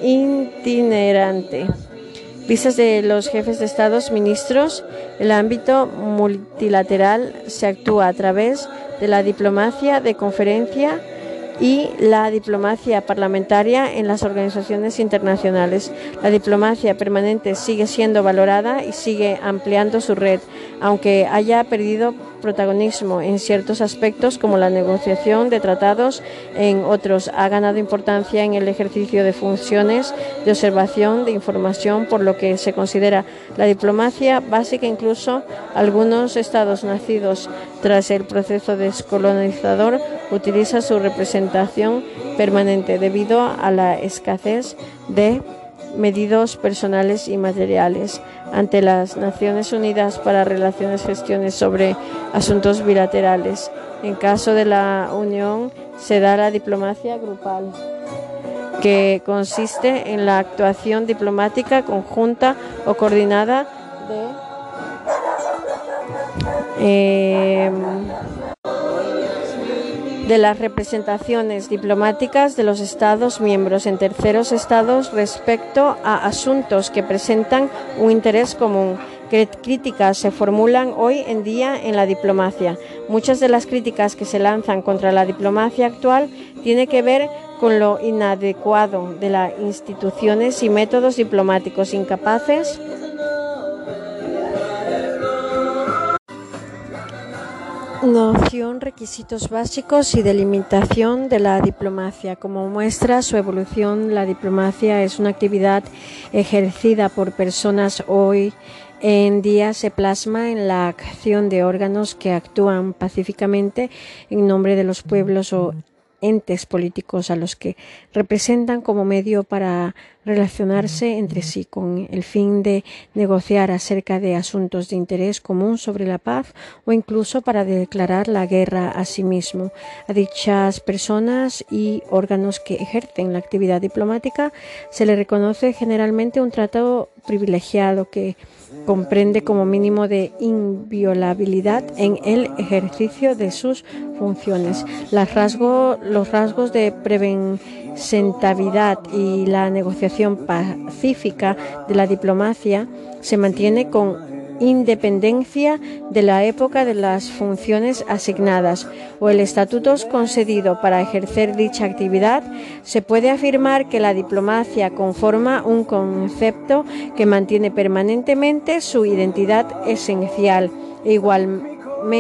itinerante. Vistas de los jefes de Estados, ministros. El ámbito multilateral se actúa a través de la diplomacia de conferencia y la diplomacia parlamentaria en las organizaciones internacionales. La diplomacia permanente sigue siendo valorada y sigue ampliando su red, aunque haya perdido protagonismo en ciertos aspectos como la negociación de tratados. En otros ha ganado importancia en el ejercicio de funciones de observación de información, por lo que se considera la diplomacia básica. Incluso algunos estados nacidos tras el proceso descolonizador utilizan su representación permanente debido a la escasez de medios personales y materiales ante las Naciones Unidas para relaciones gestiones sobre asuntos bilaterales. En caso de la Unión se da la diplomacia grupal, que consiste en la actuación diplomática conjunta o coordinada de eh, de las representaciones diplomáticas de los Estados miembros en terceros estados respecto a asuntos que presentan un interés común. ¿Qué críticas se formulan hoy en día en la diplomacia? Muchas de las críticas que se lanzan contra la diplomacia actual tienen que ver con lo inadecuado de las instituciones y métodos diplomáticos incapaces Noción, requisitos básicos y delimitación de la diplomacia. Como muestra su evolución, la diplomacia es una actividad ejercida por personas. Hoy en día se plasma en la acción de órganos que actúan pacíficamente en nombre de los pueblos o entes políticos a los que representan como medio para relacionarse entre sí con el fin de negociar acerca de asuntos de interés común sobre la paz o incluso para declarar la guerra a sí mismo. A dichas personas y órganos que ejercen la actividad diplomática se le reconoce generalmente un tratado privilegiado que comprende como mínimo de inviolabilidad en el ejercicio de sus funciones. Las rasgo, los rasgos de preventividad y la negociación pacífica de la diplomacia se mantiene con independencia de la época de las funciones asignadas o el estatuto concedido para ejercer dicha actividad. Se puede afirmar que la diplomacia conforma un concepto que mantiene permanentemente su identidad esencial e igualmente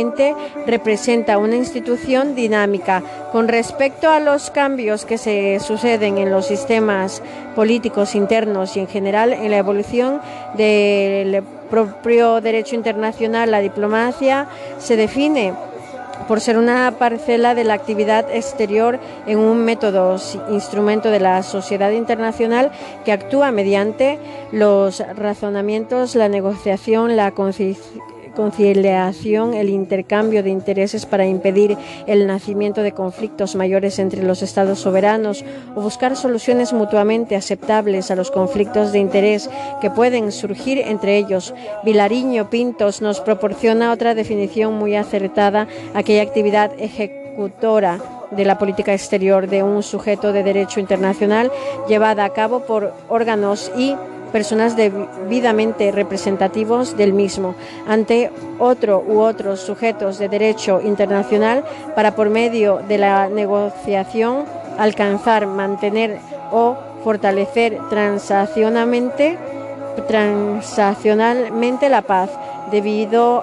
representa una institución dinámica. Con respecto a los cambios que se suceden en los sistemas políticos internos y en general en la evolución del propio derecho internacional, la diplomacia se define por ser una parcela de la actividad exterior en un método, instrumento de la sociedad internacional que actúa mediante los razonamientos, la negociación, la conciliación, el intercambio de intereses para impedir el nacimiento de conflictos mayores entre los estados soberanos o buscar soluciones mutuamente aceptables a los conflictos de interés que pueden surgir entre ellos. Vilariño Pintos nos proporciona otra definición muy acertada: aquella actividad ejecutora de la política exterior de un sujeto de derecho internacional llevada a cabo por órganos y personas debidamente representativos del mismo ante otro u otros sujetos de derecho internacional para, por medio de la negociación, alcanzar, mantener o fortalecer transaccionalmente, transaccionalmente la paz, debido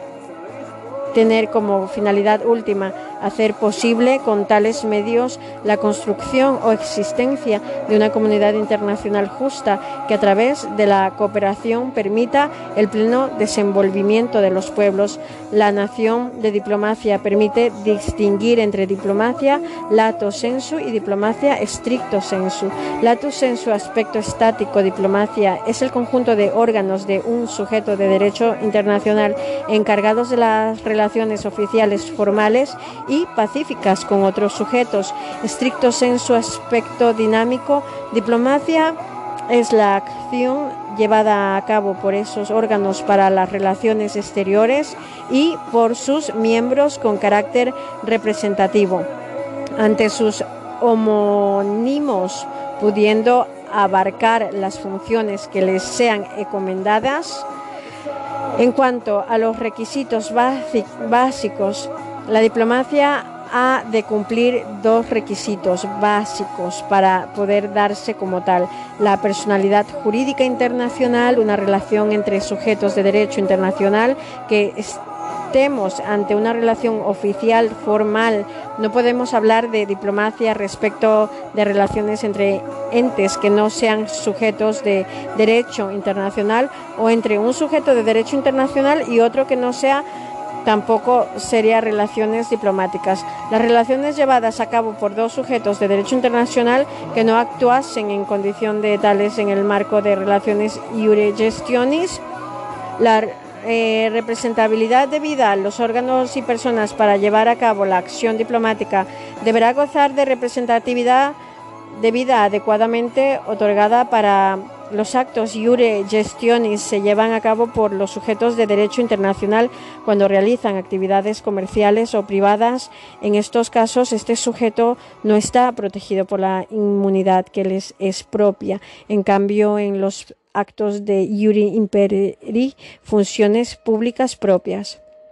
tener como finalidad última hacer posible con tales medios la construcción o existencia de una comunidad internacional justa que a través de la cooperación permita el pleno desenvolvimiento de los pueblos. La noción de diplomacia permite distinguir entre diplomacia lato sensu y diplomacia stricto sensu. Lato sensu, aspecto estático. Diplomacia es el conjunto de órganos de un sujeto de derecho internacional encargados de las relaciones oficiales formales y pacíficas con otros sujetos. Stricto sensu, aspecto dinámico. Diplomacia es la acción llevada a cabo por esos órganos para las relaciones exteriores y por sus miembros con carácter representativo ante sus homónimos, pudiendo abarcar las funciones que les sean encomendadas. En cuanto a los requisitos básicos, la diplomacia ha de cumplir dos requisitos básicos para poder darse como tal: la personalidad jurídica internacional, una relación entre sujetos de derecho internacional, que estemos ante una relación oficial formal. No podemos hablar de diplomacia respecto de relaciones entre entes que no sean sujetos de derecho internacional, o entre un sujeto de derecho internacional y otro que no sea, tampoco sería relaciones diplomáticas. Las relaciones llevadas a cabo por dos sujetos de derecho internacional que no actuasen en condición de tales en el marco de relaciones iure gestionis. La eh, representabilidad debida a los órganos y personas para llevar a cabo la acción diplomática deberá gozar de representatividad debida adecuadamente otorgada para los actos iure gestionis se llevan a cabo por los sujetos de derecho internacional cuando realizan actividades comerciales o privadas. En estos casos, este sujeto no está protegido por la inmunidad que les es propia. En cambio, en los actos de iure imperii, funciones públicas propias.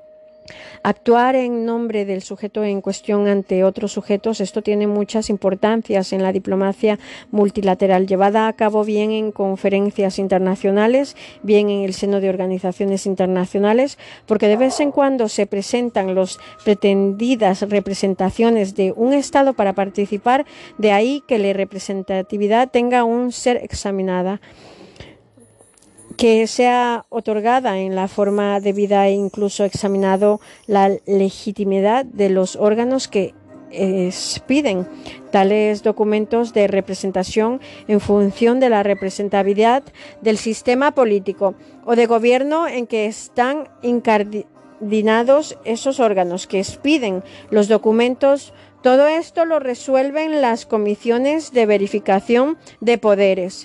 Actuar en nombre del sujeto en cuestión ante otros sujetos, esto tiene muchas importancias en la diplomacia multilateral, llevada a cabo bien en conferencias internacionales, bien en el seno de organizaciones internacionales, porque de vez en cuando se presentan las pretendidas representaciones de un Estado para participar, de ahí que la representatividad tenga un ser examinada, que sea otorgada en la forma debida e incluso examinado la legitimidad de los órganos que expiden tales documentos de representación en función de la representatividad del sistema político o de gobierno en que están incardinados esos órganos que expiden los documentos. Todo esto lo resuelven las comisiones de verificación de poderes.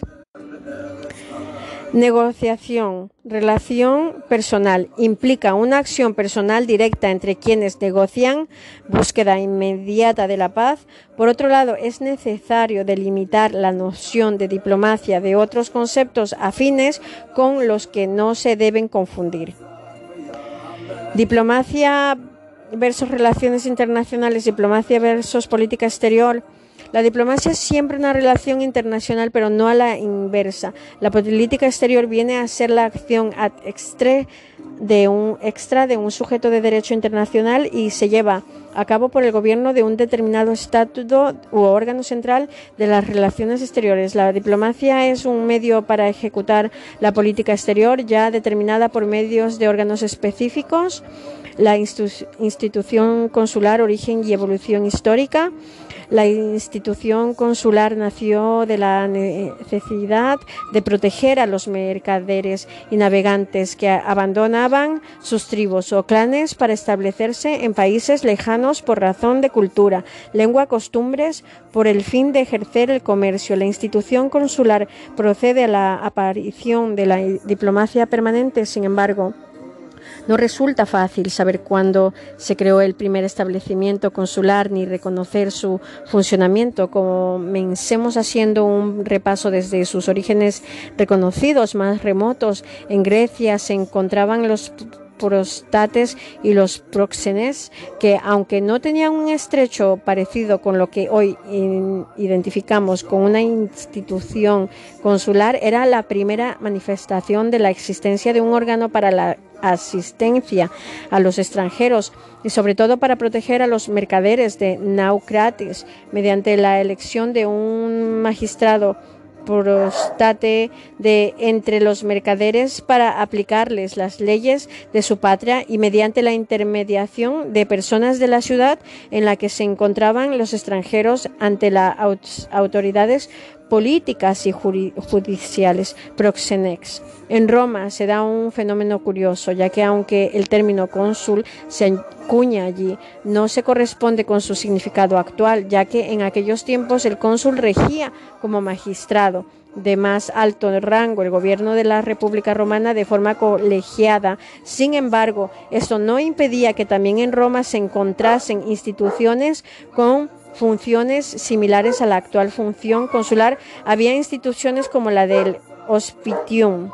Negociación, relación personal, implica una acción personal directa entre quienes negocian, búsqueda inmediata de la paz. Por otro lado, es necesario delimitar la noción de diplomacia de otros conceptos afines con los que no se deben confundir. Diplomacia versus relaciones internacionales, diplomacia versus política exterior. La diplomacia es siempre una relación internacional, pero no a la inversa. La política exterior viene a ser la acción ad extra de un extra de un sujeto de derecho internacional y se lleva a cabo por el gobierno de un determinado estatuto u órgano central de las relaciones exteriores. La diplomacia es un medio para ejecutar la política exterior ya determinada por medios de órganos específicos. La institu- institución consular, origen y evolución histórica. La institución consular nació de la necesidad de proteger a los mercaderes y navegantes que abandonaban sus tribus o clanes para establecerse en países lejanos por razón de cultura, lengua, costumbres, por el fin de ejercer el comercio. La institución consular procede a la aparición de la diplomacia permanente, sin embargo. No resulta fácil saber cuándo se creó el primer establecimiento consular ni reconocer su funcionamiento. Comencemos haciendo un repaso desde sus orígenes reconocidos más remotos. En Grecia se encontraban los prostates y los proxenes, que aunque no tenían un estrecho parecido con lo que hoy identificamos con una institución consular, era la primera manifestación de la existencia de un órgano para la asistencia a los extranjeros y sobre todo para proteger a los mercaderes de Naucratis mediante la elección de un magistrado prostate de entre los mercaderes para aplicarles las leyes de su patria y mediante la intermediación de personas de la ciudad en la que se encontraban los extranjeros ante las autoridades políticas y judiciales, proxenex. En Roma se da un fenómeno curioso, ya que aunque el término cónsul se acuña allí, no se corresponde con su significado actual, ya que en aquellos tiempos el cónsul regía como magistrado de más alto rango el gobierno de la República Romana de forma colegiada. Sin embargo, esto no impedía que también en Roma se encontrasen instituciones con funciones similares a la actual función consular. Había instituciones como la del Hospitium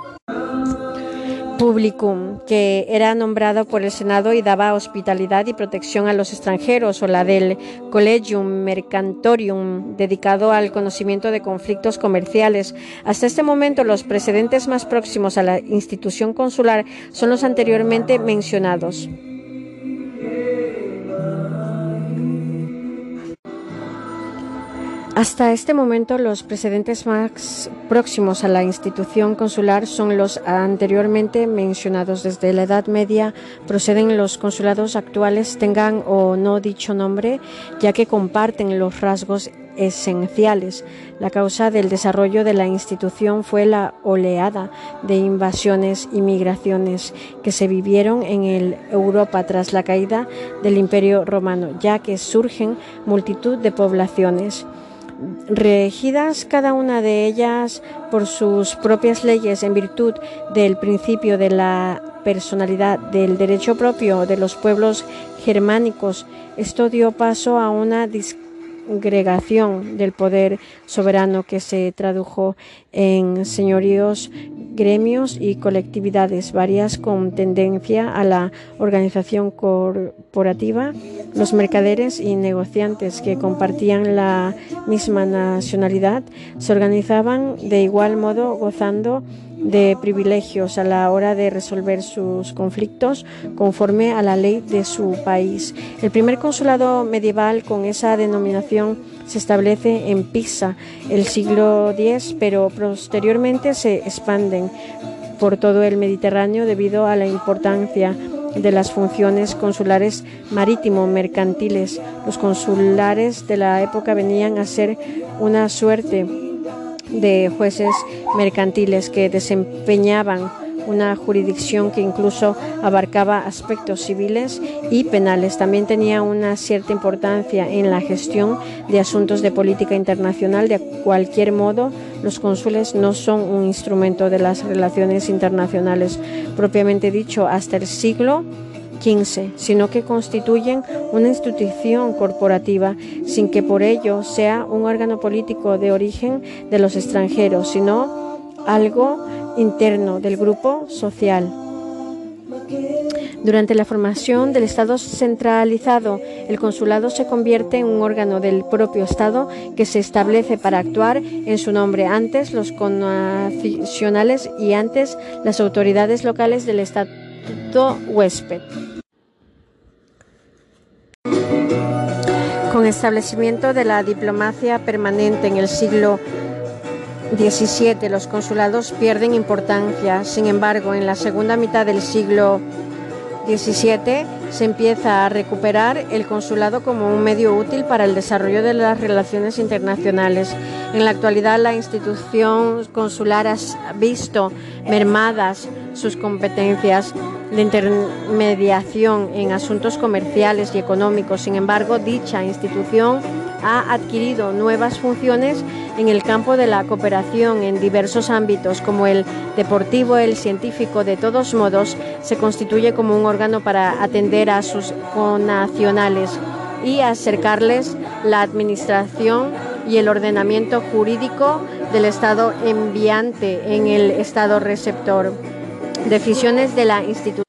Publicum, que era nombrado por el Senado y daba hospitalidad y protección a los extranjeros, o la del Collegium Mercantorium, dedicado al conocimiento de conflictos comerciales. Hasta este momento, los precedentes más próximos a la institución consular son los anteriormente mencionados. Hasta este momento, los precedentes más próximos a la institución consular son los anteriormente mencionados. Desde la Edad Media proceden los consulados actuales, tengan o no dicho nombre, ya que comparten los rasgos esenciales. La causa del desarrollo de la institución fue la oleada de invasiones y migraciones que se vivieron en el Europa tras la caída del Imperio Romano, ya que surgen multitud de poblaciones regidas cada una de ellas por sus propias leyes en virtud del principio de la personalidad del derecho propio de los pueblos germánicos. Esto dio paso a una congregación del poder soberano que se tradujo en señoríos, gremios y colectividades varias con tendencia a la organización corporativa. Los mercaderes y negociantes que compartían la misma nacionalidad se organizaban de igual modo, gozando de privilegios a la hora de resolver sus conflictos conforme a la ley de su país. El primer consulado medieval con esa denominación se establece en Pisa el siglo diez, pero posteriormente se expanden por todo el Mediterráneo debido a la importancia de las funciones consulares marítimo-mercantiles. Los consulares de la época venían a ser una suerte de jueces mercantiles que desempeñaban una jurisdicción que incluso abarcaba aspectos civiles y penales. También tenía una cierta importancia en la gestión de asuntos de política internacional. De cualquier modo, los cónsules no son un instrumento de las relaciones internacionales propiamente dicho hasta el siglo quince, sino que constituyen una institución corporativa sin que por ello sea un órgano político de origen de los extranjeros, sino algo interno del grupo social. Durante la formación del Estado centralizado, el consulado se convierte en un órgano del propio Estado que se establece para actuar en su nombre, antes los connacionales y antes las autoridades locales del Estado huésped. Con establecimiento de la diplomacia permanente en el siglo diecisiete, los consulados pierden importancia. Sin embargo, en la segunda mitad del siglo diecisiete se empieza a recuperar el consulado como un medio útil para el desarrollo de las relaciones internacionales. En la actualidad, la institución consular ha visto mermadas sus competencias de intermediación en asuntos comerciales y económicos. Sin embargo, dicha institución ha adquirido nuevas funciones en el campo de la cooperación en diversos ámbitos, como el deportivo, el científico. De todos modos, se constituye como un órgano para atender a sus connacionales y acercarles la administración y el ordenamiento jurídico del Estado enviante en el Estado receptor. Decisiones de la, institu-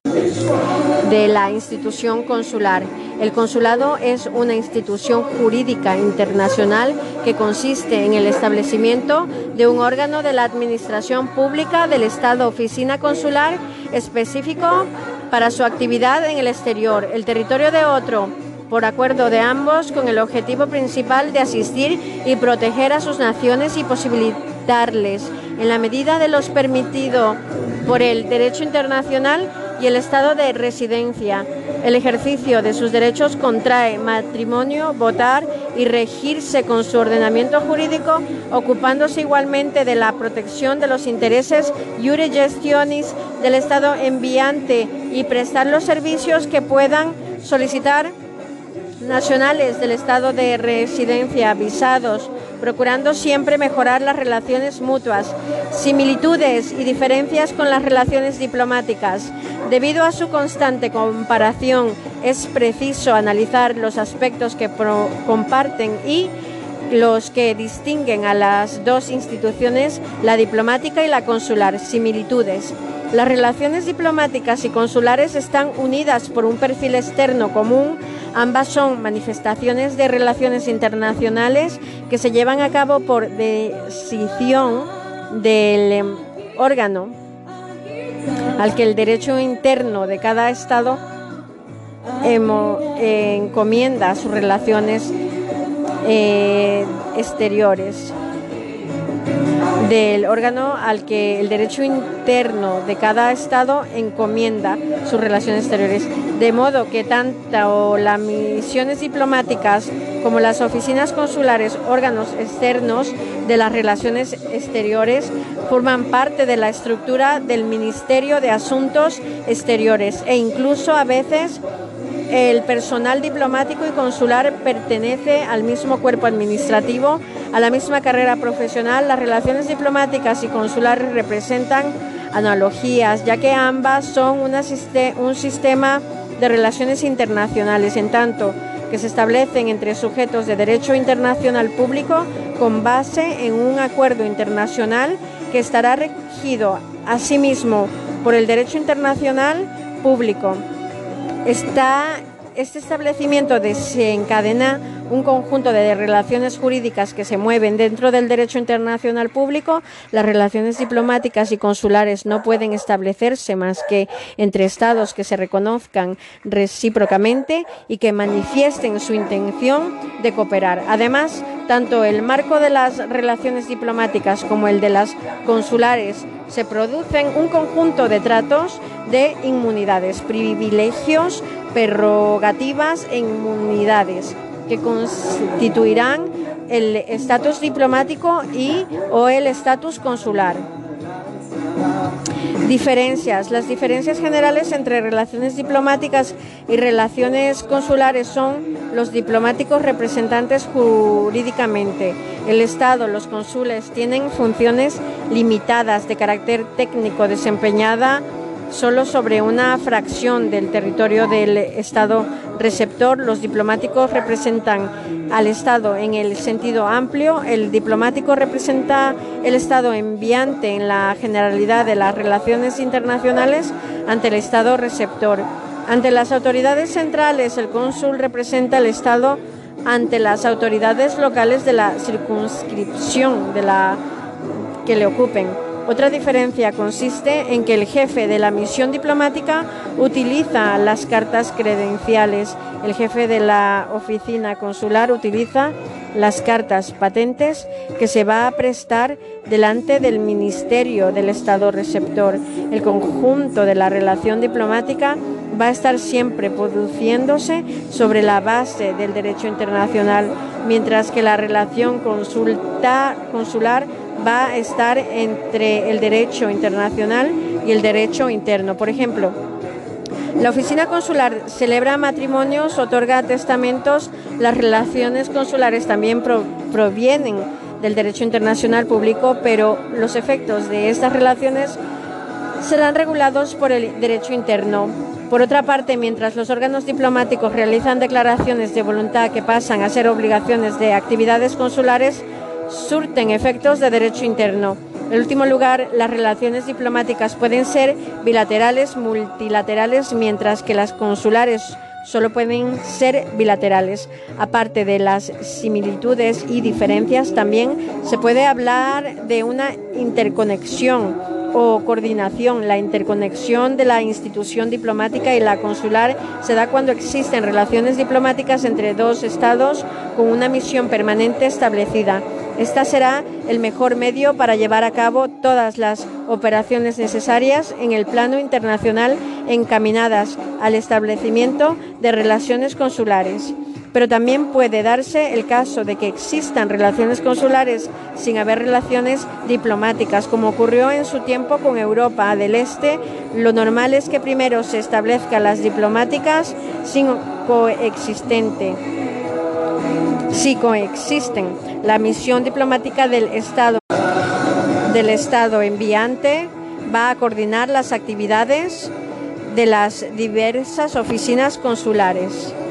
de la institución consular. El consulado es una institución jurídica internacional que consiste en el establecimiento de un órgano de la administración pública del Estado, oficina consular específico para su actividad en el exterior, el territorio de otro, por acuerdo de ambos, con el objetivo principal de asistir y proteger a sus naciones y posibilitarles, en la medida de lo permitido por el derecho internacional y el estado de residencia, el ejercicio de sus derechos contrae matrimonio, votar y regirse con su ordenamiento jurídico, ocupándose igualmente de la protección de los intereses iure gestionis del Estado enviante y prestar los servicios que puedan solicitar nacionales del estado de residencia visados, procurando siempre mejorar las relaciones mutuas, similitudes y diferencias con las relaciones diplomáticas. Debido a su constante comparación, es preciso analizar los aspectos que pro- comparten y los que distinguen a las dos instituciones, la diplomática y la consular. Similitudes. Las relaciones diplomáticas y consulares están unidas por un perfil externo común. Ambas son manifestaciones de relaciones internacionales que se llevan a cabo por decisión del eh, órgano al que el derecho interno de cada Estado emo, eh, encomienda sus relaciones eh, exteriores. Del órgano al que el derecho interno de cada Estado encomienda sus relaciones exteriores, de modo que tanto las misiones diplomáticas como las oficinas consulares, órganos externos de las relaciones exteriores, forman parte de la estructura del Ministerio de Asuntos Exteriores e incluso a veces el personal diplomático y consular pertenece al mismo cuerpo administrativo, a la misma carrera profesional. Las relaciones diplomáticas y consulares representan analogías, ya que ambas son una, un sistema de relaciones internacionales, en tanto que se establecen entre sujetos de derecho internacional público con base en un acuerdo internacional que estará regido asimismo por el derecho internacional público. Está, este establecimiento desencadena un conjunto de relaciones jurídicas que se mueven dentro del derecho internacional público. Las relaciones diplomáticas y consulares no pueden establecerse más que entre estados que se reconozcan recíprocamente y que manifiesten su intención de cooperar. Además, tanto el marco de las relaciones diplomáticas como el de las consulares se producen un conjunto de tratos de inmunidades, privilegios, prerrogativas e inmunidades que constituirán el estatus diplomático y o el estatus consular. Diferencias. Las diferencias generales entre relaciones diplomáticas y relaciones consulares son los diplomáticos representantes jurídicamente. El Estado, los cónsules, tienen funciones limitadas de carácter técnico desempeñada solo sobre una fracción del territorio del Estado receptor. Los diplomáticos representan al Estado en el sentido amplio. El diplomático representa el Estado enviante en la generalidad de las relaciones internacionales ante el Estado receptor. Ante las autoridades centrales, el cónsul representa el Estado ante las autoridades locales de la circunscripción de la que le ocupen. Otra diferencia consiste en que el jefe de la misión diplomática utiliza las cartas credenciales, el jefe de la oficina consular utiliza las cartas patentes que se va a prestar delante del Ministerio del Estado receptor. El conjunto de la relación diplomática va a estar siempre produciéndose sobre la base del derecho internacional, mientras que la relación consulta, consular va a estar entre el derecho internacional y el derecho interno. Por ejemplo, la oficina consular celebra matrimonios, otorga testamentos. Las relaciones consulares también pro, provienen del derecho internacional público, pero los efectos de estas relaciones serán regulados por el derecho interno. Por otra parte, mientras los órganos diplomáticos realizan declaraciones de voluntad que pasan a ser obligaciones de actividades consulares, surten efectos de derecho interno. En último lugar, las relaciones diplomáticas pueden ser bilaterales, multilaterales, mientras que las consulares solo pueden ser bilaterales. Aparte de las similitudes y diferencias, también se puede hablar de una interconexión o coordinación. La interconexión de la institución diplomática y la consular se da cuando existen relaciones diplomáticas entre dos estados con una misión permanente establecida. Esta será el mejor medio para llevar a cabo todas las operaciones necesarias en el plano internacional encaminadas al establecimiento de relaciones consulares. Pero también puede darse el caso de que existan relaciones consulares sin haber relaciones diplomáticas, como ocurrió en su tiempo con Europa del Este. Lo normal es que primero se establezcan las diplomáticas sin coexistente. Si coexisten, la misión diplomática del Estado, del Estado enviante va a coordinar las actividades de las diversas oficinas consulares.